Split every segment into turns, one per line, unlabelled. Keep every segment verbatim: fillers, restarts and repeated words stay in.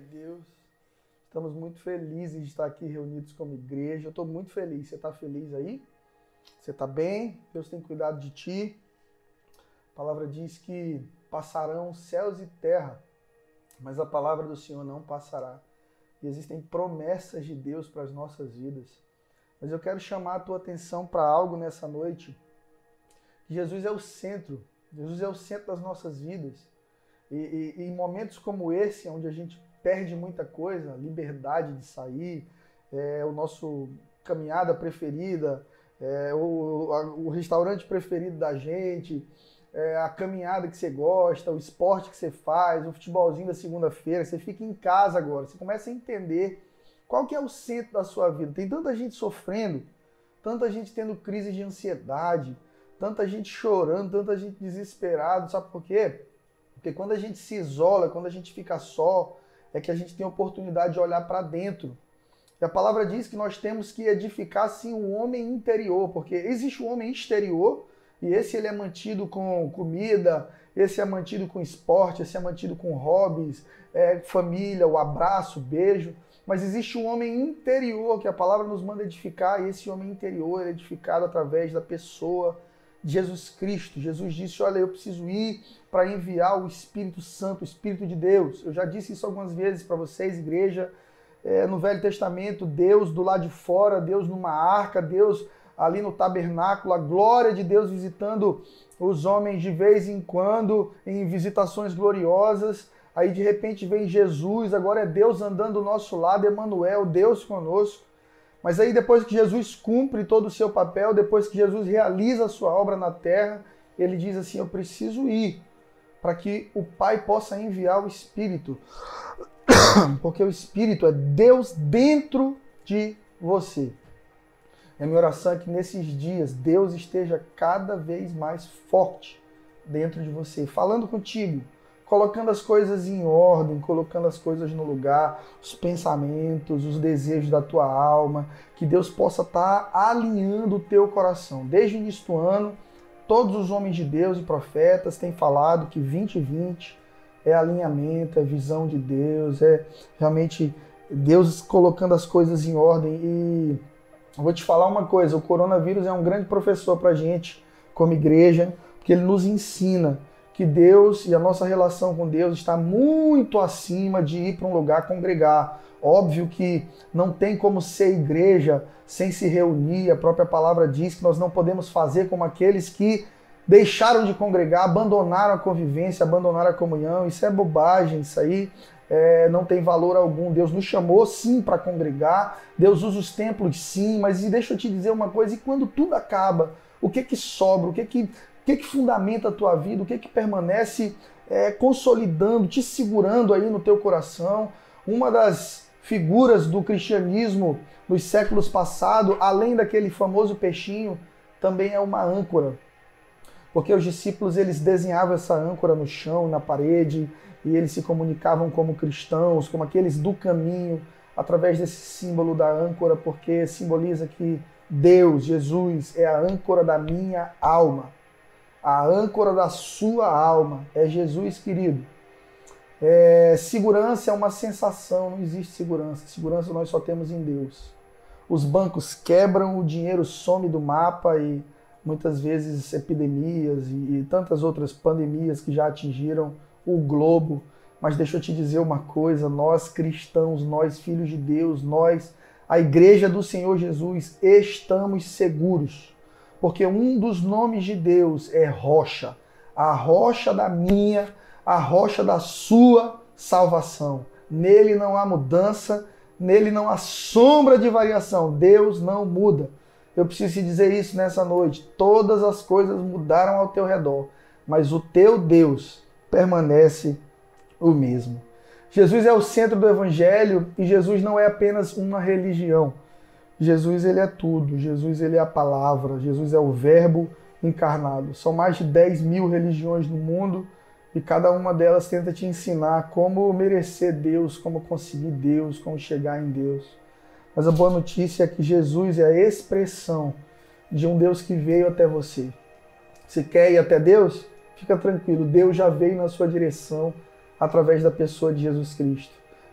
Deus. Estamos muito felizes de estar aqui reunidos como igreja. Eu estou muito feliz. Você está feliz aí? Você está bem? Deus tem cuidado de ti. A palavra diz que passarão céus e terra, mas a palavra do Senhor não passará. E existem promessas de Deus para as nossas vidas. Mas eu quero chamar a tua atenção para algo nessa noite. Jesus é o centro. Jesus é o centro das nossas vidas. E, e, e em momentos como esse, onde a gente perde muita coisa, liberdade de sair, é, o nosso caminhada preferida, é, o, a, o restaurante preferido da gente, é, a caminhada que você gosta, o esporte que você faz, o futebolzinho da segunda-feira, você fica em casa agora, você começa a entender qual que é o centro da sua vida. Tem tanta gente sofrendo, tanta gente tendo crise de ansiedade, tanta gente chorando, tanta gente desesperada, sabe por quê? Porque quando a gente se isola, quando a gente fica só, é que a gente tem a oportunidade de olhar para dentro. E a palavra diz que nós temos que edificar, sim, o homem interior, porque existe o homem exterior, e esse ele é mantido com comida, esse é mantido com esporte, esse é mantido com hobbies, é, família, o abraço, o beijo. Mas existe um homem interior que a palavra nos manda edificar, e esse homem interior é edificado através da pessoa de Jesus Cristo. Jesus disse, olha, eu preciso ir para enviar o Espírito Santo, o Espírito de Deus. Eu já disse isso algumas vezes para vocês, igreja. É, no Velho Testamento, Deus do lado de fora, Deus numa arca, Deus ali no tabernáculo, a glória de Deus visitando os homens de vez em quando, em visitações gloriosas. Aí de repente vem Jesus, agora é Deus andando do nosso lado, Emanuel, Deus conosco. Mas aí depois que Jesus cumpre todo o seu papel, depois que Jesus realiza a sua obra na terra, ele diz assim, eu preciso ir para que o Pai possa enviar o Espírito. Porque o Espírito é Deus dentro de você. E a minha oração é que nesses dias Deus esteja cada vez mais forte dentro de você, falando contigo, colocando as coisas em ordem, colocando as coisas no lugar, os pensamentos, os desejos da tua alma, que Deus possa estar alinhando o teu coração. Desde o início do ano, todos os homens de Deus e profetas têm falado que vinte e vinte é alinhamento, é visão de Deus, é realmente Deus colocando as coisas em ordem. E eu vou te falar uma coisa, o coronavírus é um grande professor para a gente, como igreja, porque ele nos ensina que Deus e a nossa relação com Deus está muito acima de ir para um lugar congregar. Óbvio que não tem como ser igreja sem se reunir. A própria palavra diz que nós não podemos fazer como aqueles que deixaram de congregar, abandonaram a convivência, abandonaram a comunhão. Isso é bobagem, isso aí é, não tem valor algum. Deus nos chamou sim para congregar, Deus usa os templos sim, mas deixa eu te dizer uma coisa, e quando tudo acaba, o que que sobra, o que que O que, que fundamenta a tua vida? O que, que permanece é, consolidando, te segurando aí no teu coração? Uma das figuras do cristianismo nos séculos passados, além daquele famoso peixinho, também é uma âncora. Porque os discípulos eles desenhavam essa âncora no chão, na parede, e eles se comunicavam como cristãos, como aqueles do caminho, através desse símbolo da âncora, porque simboliza que Deus, Jesus, é a âncora da minha alma. A âncora da sua alma é Jesus, querido. É, segurança é uma sensação, não existe segurança. Segurança nós só temos em Deus. Os bancos quebram, o dinheiro some do mapa e muitas vezes epidemias e, e tantas outras pandemias que já atingiram o globo. Mas deixa eu te dizer uma coisa, nós cristãos, nós filhos de Deus, nós, a igreja do Senhor Jesus, estamos seguros. Porque um dos nomes de Deus é rocha, a rocha da minha, a rocha da sua salvação. Nele não há mudança, nele não há sombra de variação. Deus não muda. Eu preciso te dizer isso nessa noite. Todas as coisas mudaram ao teu redor, mas o teu Deus permanece o mesmo. Jesus é o centro do evangelho e Jesus não é apenas uma religião. Jesus ele é tudo, Jesus ele é a palavra, Jesus é o verbo encarnado. São mais de dez mil religiões no mundo e cada uma delas tenta te ensinar como merecer Deus, como conseguir Deus, como chegar em Deus. Mas a boa notícia é que Jesus é a expressão de um Deus que veio até você. Você quer ir até Deus? Fica tranquilo, Deus já veio na sua direção através da pessoa de Jesus Cristo.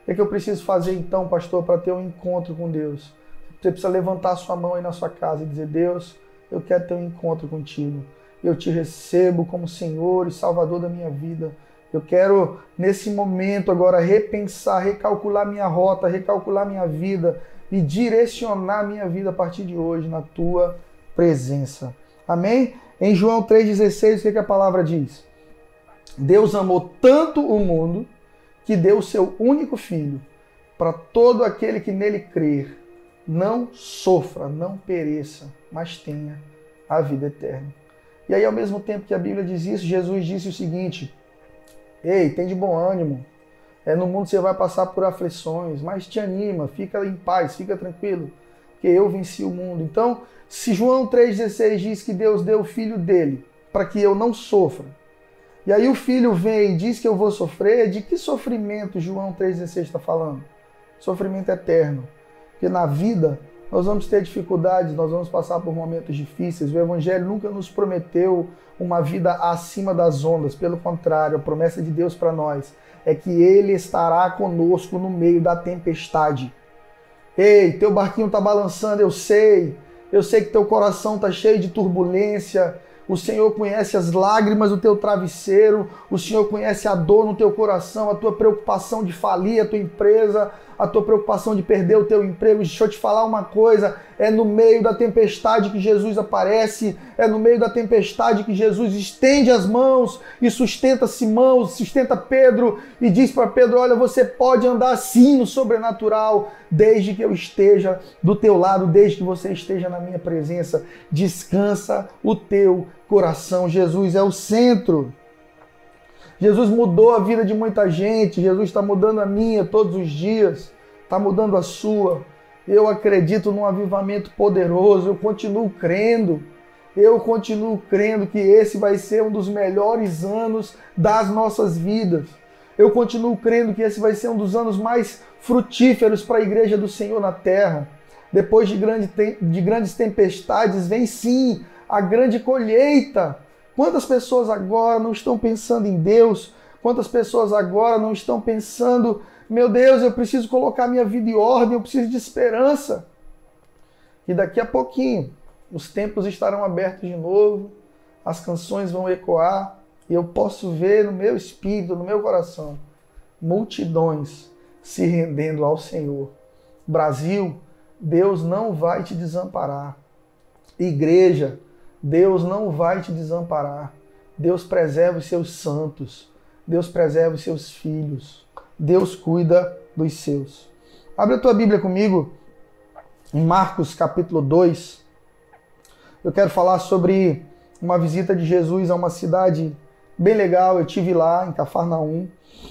que é que eu preciso fazer então, pastor, para ter um encontro com Deus? Você precisa levantar a sua mão aí na sua casa e dizer: Deus, eu quero ter um encontro contigo. Eu te recebo como Senhor e Salvador da minha vida. Eu quero, nesse momento agora, repensar, recalcular minha rota, recalcular minha vida e direcionar minha vida a partir de hoje na tua presença. Amém? Em João três dezesseis, o que, que a palavra diz? Deus amou tanto o mundo que deu o seu único filho para todo aquele que nele crer não sofra, não pereça, mas tenha a vida eterna. E aí, ao mesmo tempo que a Bíblia diz isso, Jesus disse o seguinte: ei, tem de bom ânimo, é, no mundo você vai passar por aflições, mas te anima, fica em paz, fica tranquilo, que eu venci o mundo. Então, se João três dezesseis diz que Deus deu o filho dele para que eu não sofra, e aí o filho vem e diz que eu vou sofrer, de que sofrimento João três dezesseis está falando? Sofrimento eterno. Porque na vida nós vamos ter dificuldades, nós vamos passar por momentos difíceis. O Evangelho nunca nos prometeu uma vida acima das ondas. Pelo contrário, a promessa de Deus para nós é que Ele estará conosco no meio da tempestade. Ei, teu barquinho está balançando, eu sei. Eu sei que teu coração está cheio de turbulência. O Senhor conhece as lágrimas do teu travesseiro, o Senhor conhece a dor no teu coração, a tua preocupação de falir a tua empresa, a tua preocupação de perder o teu emprego. Deixa eu te falar uma coisa, é no meio da tempestade que Jesus aparece, é no meio da tempestade que Jesus estende as mãos e sustenta Simão, sustenta Pedro e diz para Pedro: olha, você pode andar assim no sobrenatural, desde que eu esteja do teu lado, desde que você esteja na minha presença. Descansa o teu coração. Jesus é o centro. Jesus mudou a vida de muita gente. Jesus está mudando a minha todos os dias. Está mudando a sua. Eu acredito num avivamento poderoso. Eu continuo crendo. Eu continuo crendo que esse vai ser um dos melhores anos das nossas vidas. Eu continuo crendo que esse vai ser um dos anos mais frutíferos para a igreja do Senhor na terra. Depois de, grande, de grandes tempestades, vem sim a grande colheita. Quantas pessoas agora não estão pensando em Deus? Quantas pessoas agora não estão pensando: meu Deus, eu preciso colocar minha vida em ordem, eu preciso de esperança. E daqui a pouquinho, os templos estarão abertos de novo, as canções vão ecoar, e eu posso ver no meu espírito, no meu coração, multidões se rendendo ao Senhor. Brasil, Deus não vai te desamparar. Igreja, Deus não vai te desamparar. Deus preserva os seus santos. Deus preserva os seus filhos. Deus cuida dos seus. Abre a tua Bíblia comigo em Marcos capítulo dois. Eu quero falar sobre uma visita de Jesus a uma cidade bem legal. Eu estive lá em Cafarnaum.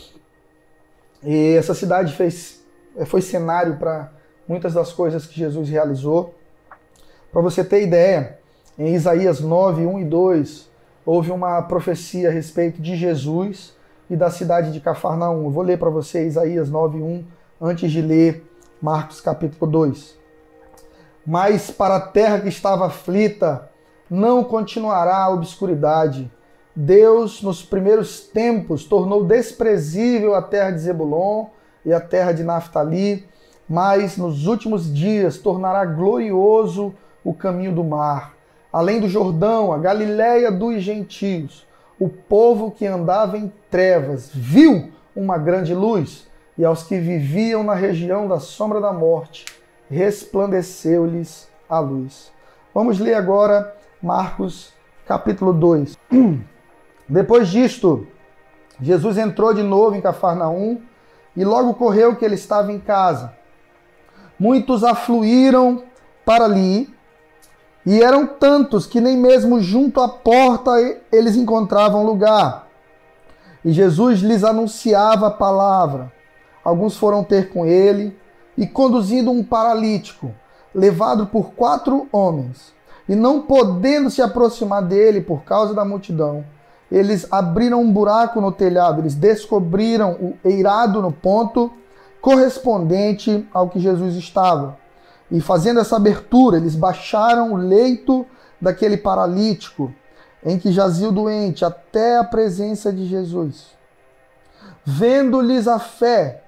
E essa cidade fez, foi cenário para muitas das coisas que Jesus realizou. Para você ter ideia, em Isaías nove, um e dois, houve uma profecia a respeito de Jesus e da cidade de Cafarnaum. Eu vou ler para você Isaías nove, um, antes de ler Marcos capítulo dois. Mas para a terra que estava aflita, não continuará a obscuridade. Deus, nos primeiros tempos, tornou desprezível a terra de Zebulon e a terra de Naftali, mas nos últimos dias tornará glorioso o caminho do mar. Além do Jordão, a Galiléia dos gentios, o povo que andava em trevas viu uma grande luz, e aos que viviam na região da sombra da morte, resplandeceu-lhes a luz. Vamos ler agora Marcos capítulo dois. Depois disto, Jesus entrou de novo em Cafarnaum, e logo ocorreu que ele estava em casa. Muitos afluíram para ali, e eram tantos que nem mesmo junto à porta eles encontravam lugar. E Jesus lhes anunciava a palavra. Alguns foram ter com ele, e conduzindo um paralítico, levado por quatro homens, e não podendo se aproximar dele por causa da multidão, eles abriram um buraco no telhado, eles descobriram o eirado no ponto correspondente ao que Jesus estava. E fazendo essa abertura, eles baixaram o leito daquele paralítico em que jazia o doente até a presença de Jesus. Vendo-lhes a fé,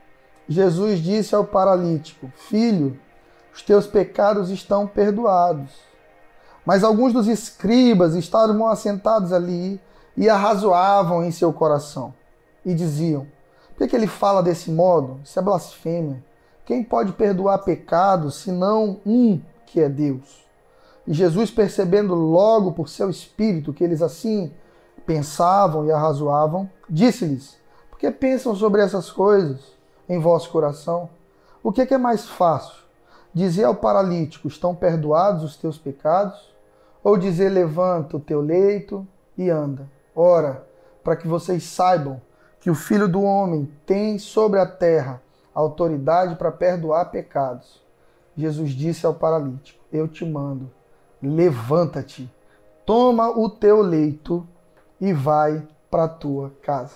Jesus disse ao paralítico: Filho, os teus pecados estão perdoados. Mas alguns dos escribas estavam assentados ali e arrazoavam em seu coração e diziam: por que, que ele fala desse modo? Isso é blasfêmia. Quem pode perdoar pecados senão um que é Deus? E Jesus, percebendo logo por seu espírito que eles assim pensavam e arrazoavam, disse-lhes: por que pensam sobre essas coisas em vosso coração? O que, que é mais fácil? Dizer ao paralítico: estão perdoados os teus pecados? Ou dizer: levanta o teu leito e anda? Ora, para que vocês saibam que o Filho do Homem tem sobre a terra autoridade para perdoar pecados, Jesus disse ao paralítico: eu te mando, levanta-te, toma o teu leito e vai para a tua casa.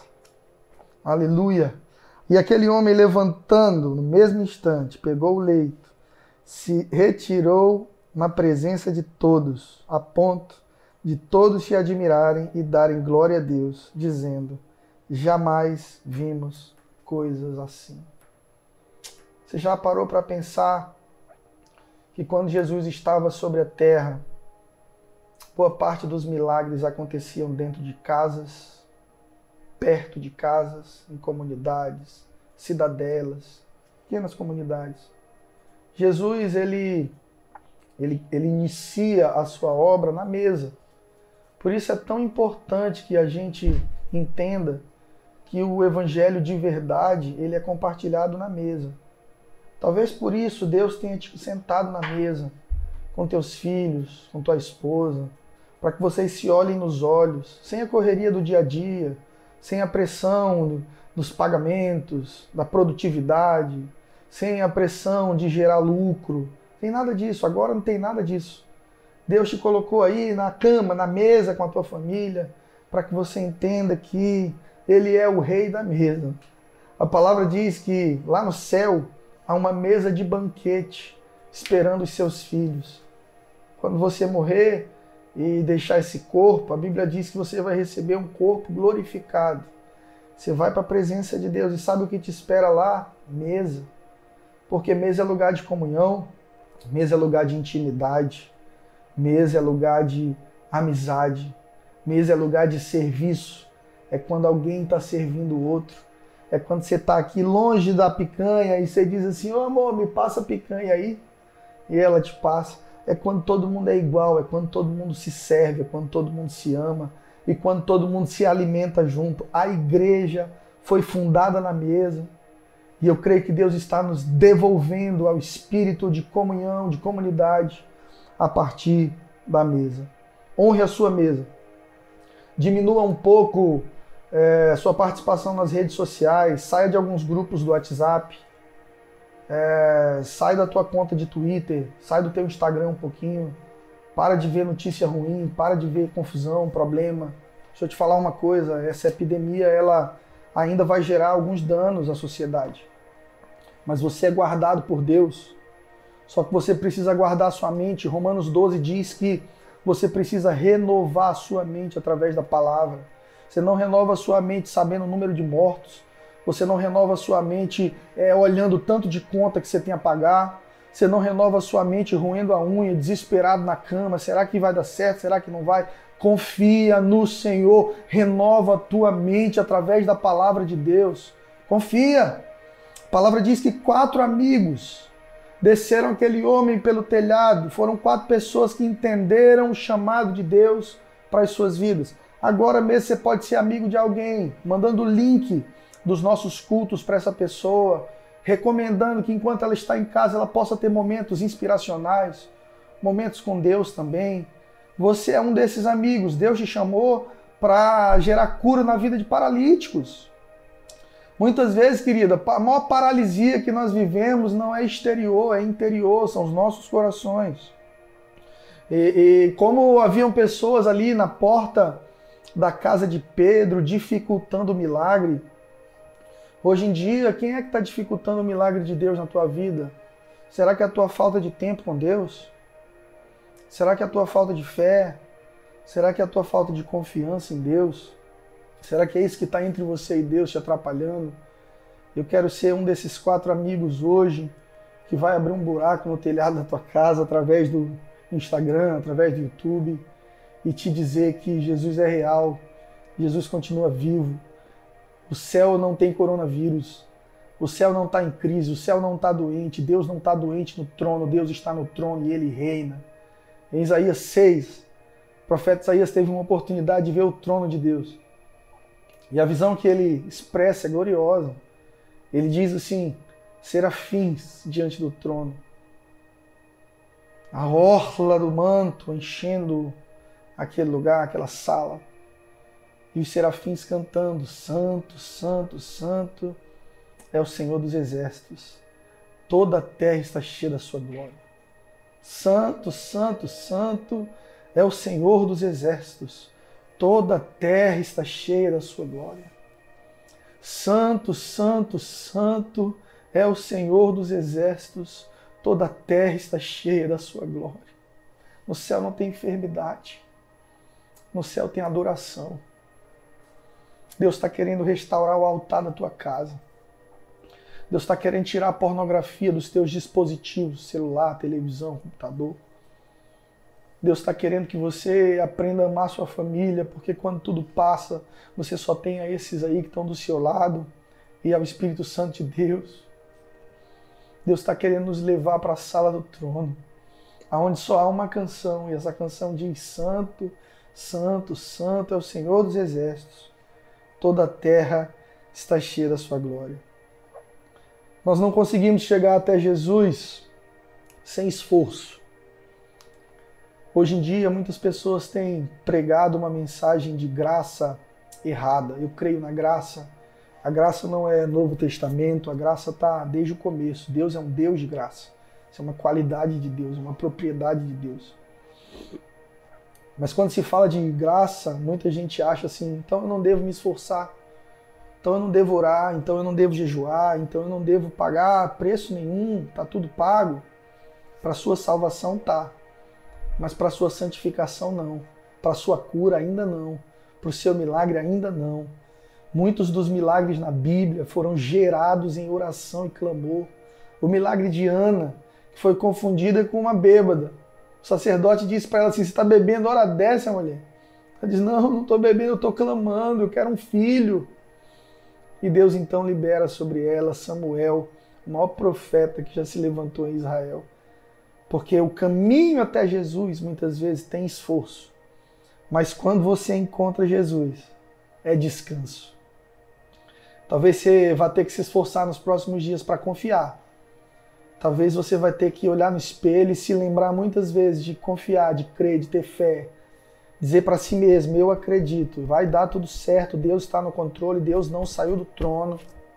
Aleluia! E aquele homem, levantando no mesmo instante, pegou o leito, se retirou na presença de todos, a ponto de todos se admirarem e darem glória a Deus, dizendo: jamais vimos coisas assim. Você já parou para pensar que quando Jesus estava sobre a terra, boa parte dos milagres aconteciam dentro de casas, perto de casas, em comunidades, cidadelas, pequenas comunidades. Jesus, ele, ele, ele inicia a sua obra na mesa. Por isso é tão importante que a gente entenda que o evangelho de verdade, ele é compartilhado na mesa. Talvez por isso Deus tenha te sentado na mesa com teus filhos, com tua esposa, para que vocês se olhem nos olhos, sem a correria do dia a dia, sem a pressão dos pagamentos, da produtividade, sem a pressão de gerar lucro. Tem nada disso, agora não tem nada disso. Deus te colocou aí na cama, na mesa com a tua família, para que você entenda que Ele é o rei da mesa. A palavra diz que lá no céu há uma mesa de banquete esperando os seus filhos. Quando você morrer e deixar esse corpo, a Bíblia diz que você vai receber um corpo glorificado. Você vai para a presença de Deus e sabe o que te espera lá? Mesa. Porque mesa é lugar de comunhão, mesa é lugar de intimidade, mesa é lugar de amizade, mesa é lugar de serviço. É quando alguém está servindo o outro. É quando você está aqui longe da picanha e você diz assim: ô amor, me passa a picanha aí. E ela te passa. É quando todo mundo é igual, é quando todo mundo se serve, é quando todo mundo se ama e quando todo mundo se alimenta junto. A igreja foi fundada na mesa e eu creio que Deus está nos devolvendo ao espírito de comunhão, de comunidade a partir da mesa. Honre a sua mesa. Diminua um pouco É, sua participação nas redes sociais, saia de alguns grupos do WhatsApp, é, sai da tua conta de Twitter, sai do teu Instagram um pouquinho, para de ver notícia ruim, para de ver confusão, problema. Deixa eu te falar uma coisa, essa epidemia ela ainda vai gerar alguns danos à sociedade, mas você é guardado por Deus, só que você precisa guardar a sua mente. Romanos doze diz que você precisa renovar a sua mente através da palavra. Você não renova a sua mente sabendo o número de mortos. Você não renova a sua mente é, olhando o tanto de conta que você tem a pagar. Você não renova a sua mente roendo a unha, desesperado na cama. Será que vai dar certo? Será que não vai? Confia no Senhor. Renova a tua mente através da palavra de Deus. Confia. A palavra diz que quatro amigos desceram aquele homem pelo telhado. Foram quatro pessoas que entenderam o chamado de Deus para as suas vidas. Agora mesmo você pode ser amigo de alguém, mandando o link dos nossos cultos para essa pessoa, recomendando que enquanto ela está em casa ela possa ter momentos inspiracionais, momentos com Deus também. Você é um desses amigos. Deus te chamou para gerar cura na vida de paralíticos. Muitas vezes, querida, a maior paralisia que nós vivemos não é exterior, é interior, são os nossos corações. E, e como haviam pessoas ali na porta da casa de Pedro, dificultando o milagre. Hoje em dia, quem é que está dificultando o milagre de Deus na tua vida? Será que é a tua falta de tempo com Deus? Será que é a tua falta de fé? Será que é a tua falta de confiança em Deus? Será que é isso que está entre você e Deus te atrapalhando? Eu quero ser um desses quatro amigos hoje que vai abrir um buraco no telhado da tua casa através do Instagram, através do YouTube e te dizer que Jesus é real, Jesus continua vivo. O céu não tem coronavírus, o céu não está em crise, o céu não está doente, Deus não está doente no trono, Deus está no trono e Ele reina. Em Isaías seis, o profeta Isaías teve uma oportunidade de ver o trono de Deus. E a visão que ele expressa é gloriosa. Ele diz assim, serafins diante do trono. A orla do manto enchendo aquele lugar, aquela sala. E os serafins cantando, santo, santo, santo é o Senhor dos exércitos. Toda a terra está cheia da sua glória. Santo, santo, santo é o Senhor dos exércitos. Toda a terra está cheia da sua glória. Santo, santo, santo é o Senhor dos exércitos. Toda a terra está cheia da sua glória. No céu não tem enfermidade. No céu tem adoração. Deus está querendo restaurar o altar da tua casa. Deus está querendo tirar a pornografia dos teus dispositivos, celular, televisão, computador. Deus está querendo que você aprenda a amar sua família, porque quando tudo passa, você só tem a esses aí que estão do seu lado e ao Espírito Santo de Deus. Deus está querendo nos levar para a sala do trono, onde só há uma canção, e essa canção diz, Santo, Santo, Santo é o Senhor dos exércitos. Toda a terra está cheia da sua glória. Nós não conseguimos chegar até Jesus sem esforço. Hoje em dia, muitas pessoas têm pregado uma mensagem de graça errada. Eu creio na graça. A graça não é Novo Testamento, a graça está desde o começo. Deus é um Deus de graça. Isso é uma qualidade de Deus, uma propriedade de Deus. Mas quando se fala de graça, muita gente acha assim, então eu não devo me esforçar, então eu não devo orar, então eu não devo jejuar, então eu não devo pagar preço nenhum, está tudo pago. Para a sua salvação tá. Mas para a sua santificação não, para a sua cura ainda não, para o seu milagre ainda não. Muitos dos milagres na Bíblia foram gerados em oração e clamor. O milagre de Ana, que foi confundida com uma bêbada. O sacerdote disse para ela assim, você está bebendo, hora dessa, mulher. Ela diz, não, não estou bebendo, eu estou clamando, eu quero um filho. E Deus então libera sobre ela Samuel, o maior profeta que já se levantou em Israel. Porque o caminho até Jesus, muitas vezes, tem esforço. Mas quando você encontra Jesus, é descanso. Talvez você vá ter que se esforçar nos próximos dias para confiar. Talvez você vai ter que olhar no espelho e se lembrar muitas vezes de confiar, de crer, de ter fé. Dizer para si mesmo, eu acredito, vai dar tudo certo, Deus está no controle, Deus não saiu do trono.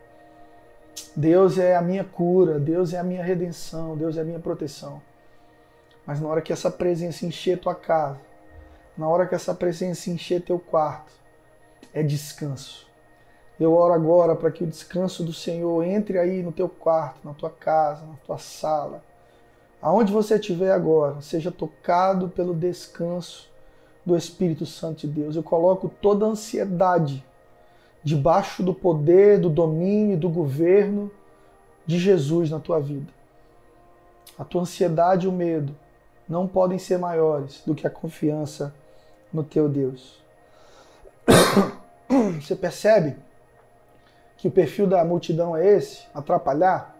Deus é a minha cura, Deus é a minha redenção, Deus é a minha proteção. Mas na hora que essa presença encher tua casa, na hora que essa presença encher teu quarto, é descanso. Eu oro agora para que o descanso do Senhor entre aí no teu quarto, na tua casa, na tua sala. Aonde você estiver agora, seja tocado pelo descanso do Espírito Santo de Deus. Eu coloco toda a ansiedade debaixo do poder, do domínio, do governo de Jesus na tua vida. A tua ansiedade e o medo não podem ser maiores do que a confiança no teu Deus. Você percebe que o perfil da multidão é esse? Atrapalhar?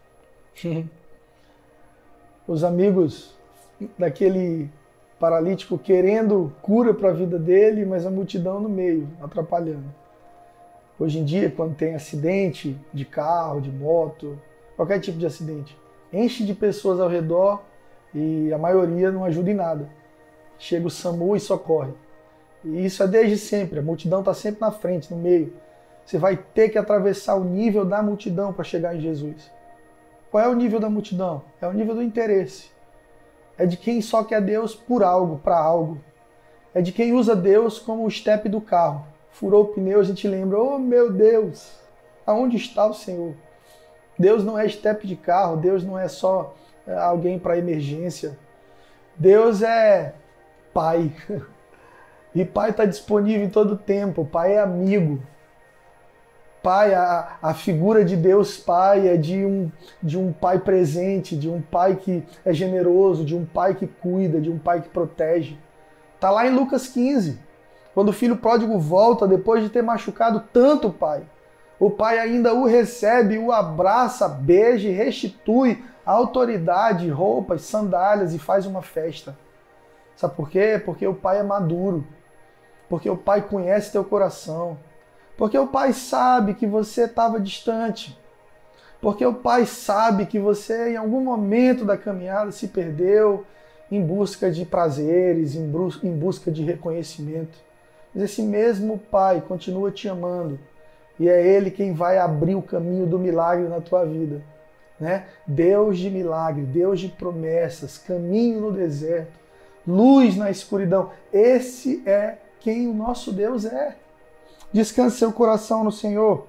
Os amigos daquele paralítico querendo cura para a vida dele, mas a multidão no meio, atrapalhando. Hoje em dia, quando tem acidente de carro, de moto, qualquer tipo de acidente, enche de pessoas ao redor e a maioria não ajuda em nada. Chega o SAMU e socorre. E isso é desde sempre, a multidão está sempre na frente, no meio. Você vai ter que atravessar o nível da multidão para chegar em Jesus. Qual é o nível da multidão? É o nível do interesse. É de quem só quer Deus por algo, para algo. É de quem usa Deus como o estepe do carro. Furou o pneu, a gente lembra, oh meu Deus, aonde está o Senhor? Deus não é estepe de carro, Deus não é só alguém para emergência. Deus é Pai. E Pai está disponível em todo tempo, Pai é amigo. pai, a, a figura de Deus Pai é de um, de um pai presente, de um pai que é generoso, de um pai que cuida, de um pai que protege. Está lá em Lucas quinze, quando o filho pródigo volta depois de ter machucado tanto o pai. O pai ainda o recebe, o abraça, beija e restitui a autoridade, roupas, sandálias e faz uma festa. Sabe por quê? Porque o pai é maduro. Porque o pai conhece teu coração. Porque o pai sabe que você estava distante. Porque o pai sabe que você, em algum momento da caminhada, se perdeu em busca de prazeres, em busca de reconhecimento. Mas esse mesmo pai continua te amando. E é ele quem vai abrir o caminho do milagre na tua vida. Né? Deus de milagre, Deus de promessas, caminho no deserto, luz na escuridão. Esse é quem o nosso Deus é. Descanse seu coração no Senhor.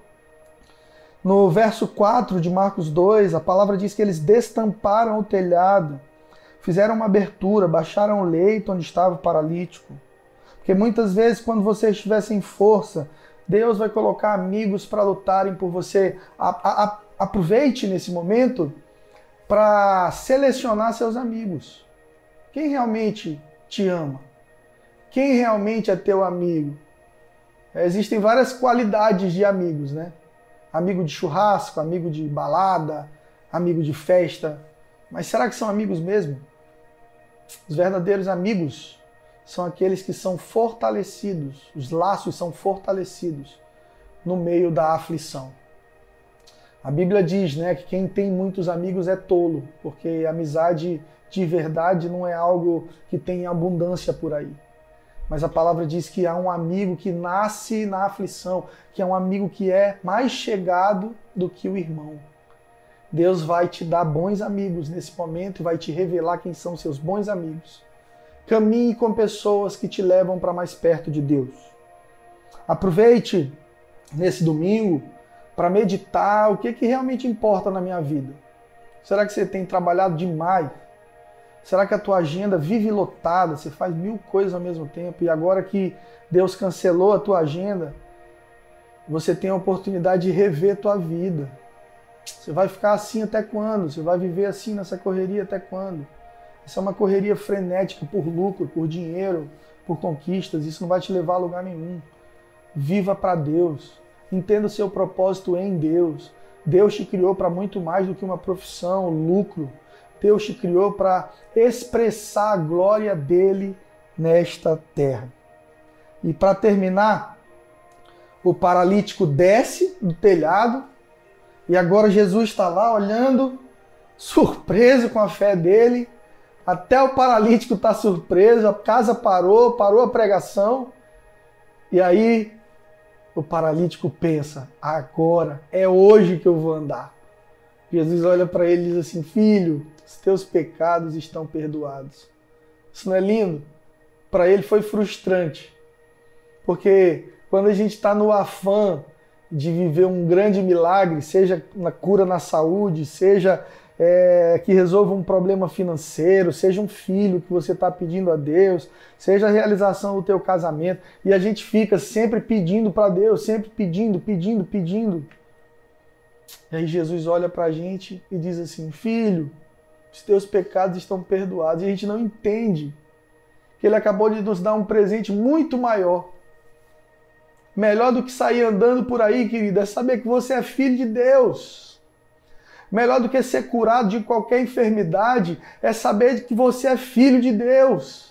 No verso quatro de Marcos dois, a palavra diz que eles destamparam o telhado, fizeram uma abertura, baixaram o leito onde estava o paralítico. Porque muitas vezes, quando você estiver sem força, Deus vai colocar amigos para lutarem por você. A, a, a, aproveite nesse momento para selecionar seus amigos. Quem realmente te ama? Quem realmente é teu amigo? Existem várias qualidades de amigos, né? Amigo de churrasco, amigo de balada, amigo de festa. Mas será que são amigos mesmo? Os verdadeiros amigos são aqueles que são fortalecidos, os laços são fortalecidos no meio da aflição. A Bíblia diz, né, que quem tem muitos amigos é tolo, porque amizade de verdade não é algo que tem abundância por aí. Mas a palavra diz que há um amigo que nasce na aflição, que é um amigo que é mais chegado do que o irmão. Deus vai te dar bons amigos nesse momento e vai te revelar quem são seus bons amigos. Caminhe com pessoas que te levam para mais perto de Deus. Aproveite nesse domingo para meditar o que, que realmente importa na minha vida. Será que você tem trabalhado demais? Será que a tua agenda vive lotada? Você faz mil coisas ao mesmo tempo e agora que Deus cancelou a tua agenda, você tem a oportunidade de rever a tua vida. Você vai ficar assim até quando? Você vai viver assim nessa correria até quando? Essa é uma correria frenética por lucro, por dinheiro, por conquistas. Isso não vai te levar a lugar nenhum. Viva para Deus. Entenda o seu propósito em Deus. Deus te criou para muito mais do que uma profissão, lucro. Deus te criou para expressar a glória dele nesta terra. E para terminar, o paralítico desce do telhado e agora Jesus está lá olhando, surpreso com a fé dele. Até o paralítico está surpreso, a casa parou, parou a pregação. E aí o paralítico pensa, agora é hoje que eu vou andar. Jesus olha para ele e diz assim, filho, os teus pecados estão perdoados. Isso não é lindo? Para ele foi frustrante. Porque quando a gente está no afã de viver um grande milagre, seja na cura na saúde, seja é, que resolva um problema financeiro, seja um filho que você está pedindo a Deus, seja a realização do teu casamento, e a gente fica sempre pedindo para Deus, sempre pedindo, pedindo, pedindo. E aí Jesus olha para a gente e diz assim, filho, os teus pecados estão perdoados. E a gente não entende que ele acabou de nos dar um presente muito maior. Melhor do que sair andando por aí, querido, é saber que você é filho de Deus. Melhor do que ser curado de qualquer enfermidade é saber que você é filho de Deus.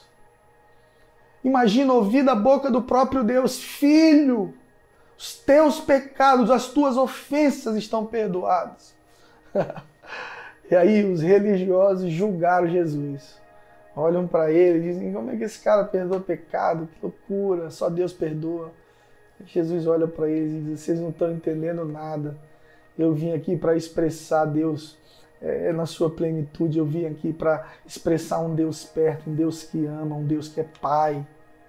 Imagina ouvir da boca do próprio Deus, filho, os teus pecados, as tuas ofensas estão perdoadas. E aí os religiosos julgaram Jesus. Olham para ele e dizem, como é que esse cara perdoa pecado? Que loucura, só Deus perdoa. Jesus olha para eles e diz, vocês não estão entendendo nada. Eu vim aqui para expressar Deus é, na sua plenitude. Eu vim aqui para expressar um Deus perto, um Deus que ama, um Deus que é Pai.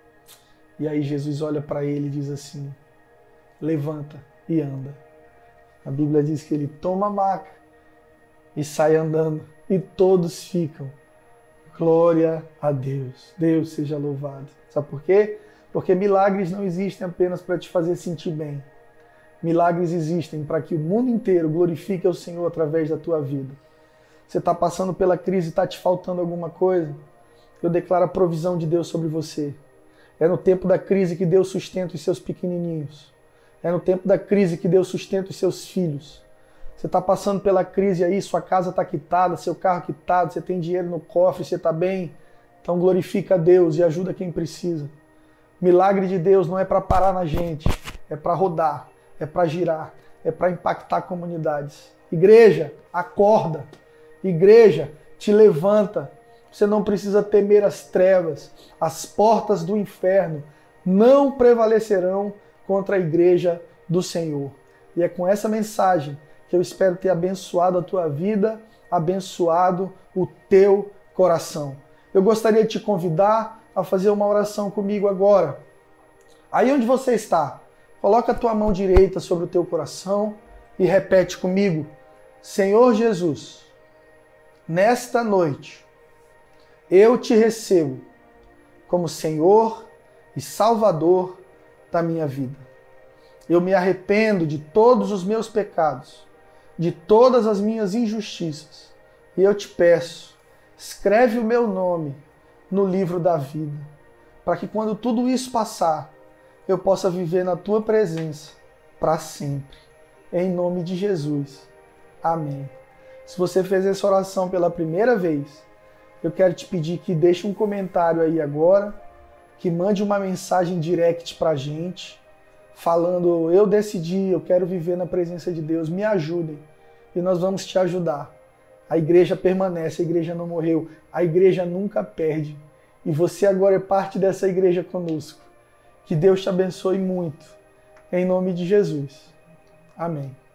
E aí Jesus olha para ele e diz assim, levanta e anda. A Bíblia diz que ele toma a maca e sai andando. E todos ficam. Glória a Deus. Deus seja louvado. Sabe por quê? Porque milagres não existem apenas para te fazer sentir bem. Milagres existem para que o mundo inteiro glorifique ao Senhor através da tua vida. Você está passando pela crise e está te faltando alguma coisa? Eu declaro a provisão de Deus sobre você. É no tempo da crise que Deus sustenta os seus pequenininhos. É no tempo da crise que Deus sustenta os seus filhos. Você está passando pela crise aí, sua casa está quitada, seu carro quitado, você tem dinheiro no cofre, você está bem? Então glorifica a Deus e ajuda quem precisa. Milagre de Deus não é para parar na gente, é para rodar, é para girar, é para impactar comunidades. Igreja, acorda. Igreja, te levanta. Você não precisa temer as trevas. As portas do inferno não prevalecerão contra a igreja do Senhor. E é com essa mensagem que eu espero ter abençoado a tua vida, abençoado o teu coração. Eu gostaria de te convidar a fazer uma oração comigo agora. Aí onde você está, coloca a tua mão direita sobre o teu coração e repete comigo: Senhor Jesus, nesta noite, eu te recebo como Senhor e Salvador da minha vida. Eu me arrependo de todos os meus pecados, de todas as minhas injustiças. E eu te peço, escreve o meu nome no livro da vida, para que quando tudo isso passar, eu possa viver na tua presença para sempre. Em nome de Jesus. Amém. Se você fez essa oração pela primeira vez, eu quero te pedir que deixe um comentário aí agora, que mande uma mensagem direct pra gente, falando: eu decidi, eu quero viver na presença de Deus, me ajudem. E nós vamos te ajudar. A igreja permanece, a igreja não morreu, a igreja nunca perde. E você agora é parte dessa igreja conosco. Que Deus te abençoe muito. Em nome de Jesus. Amém.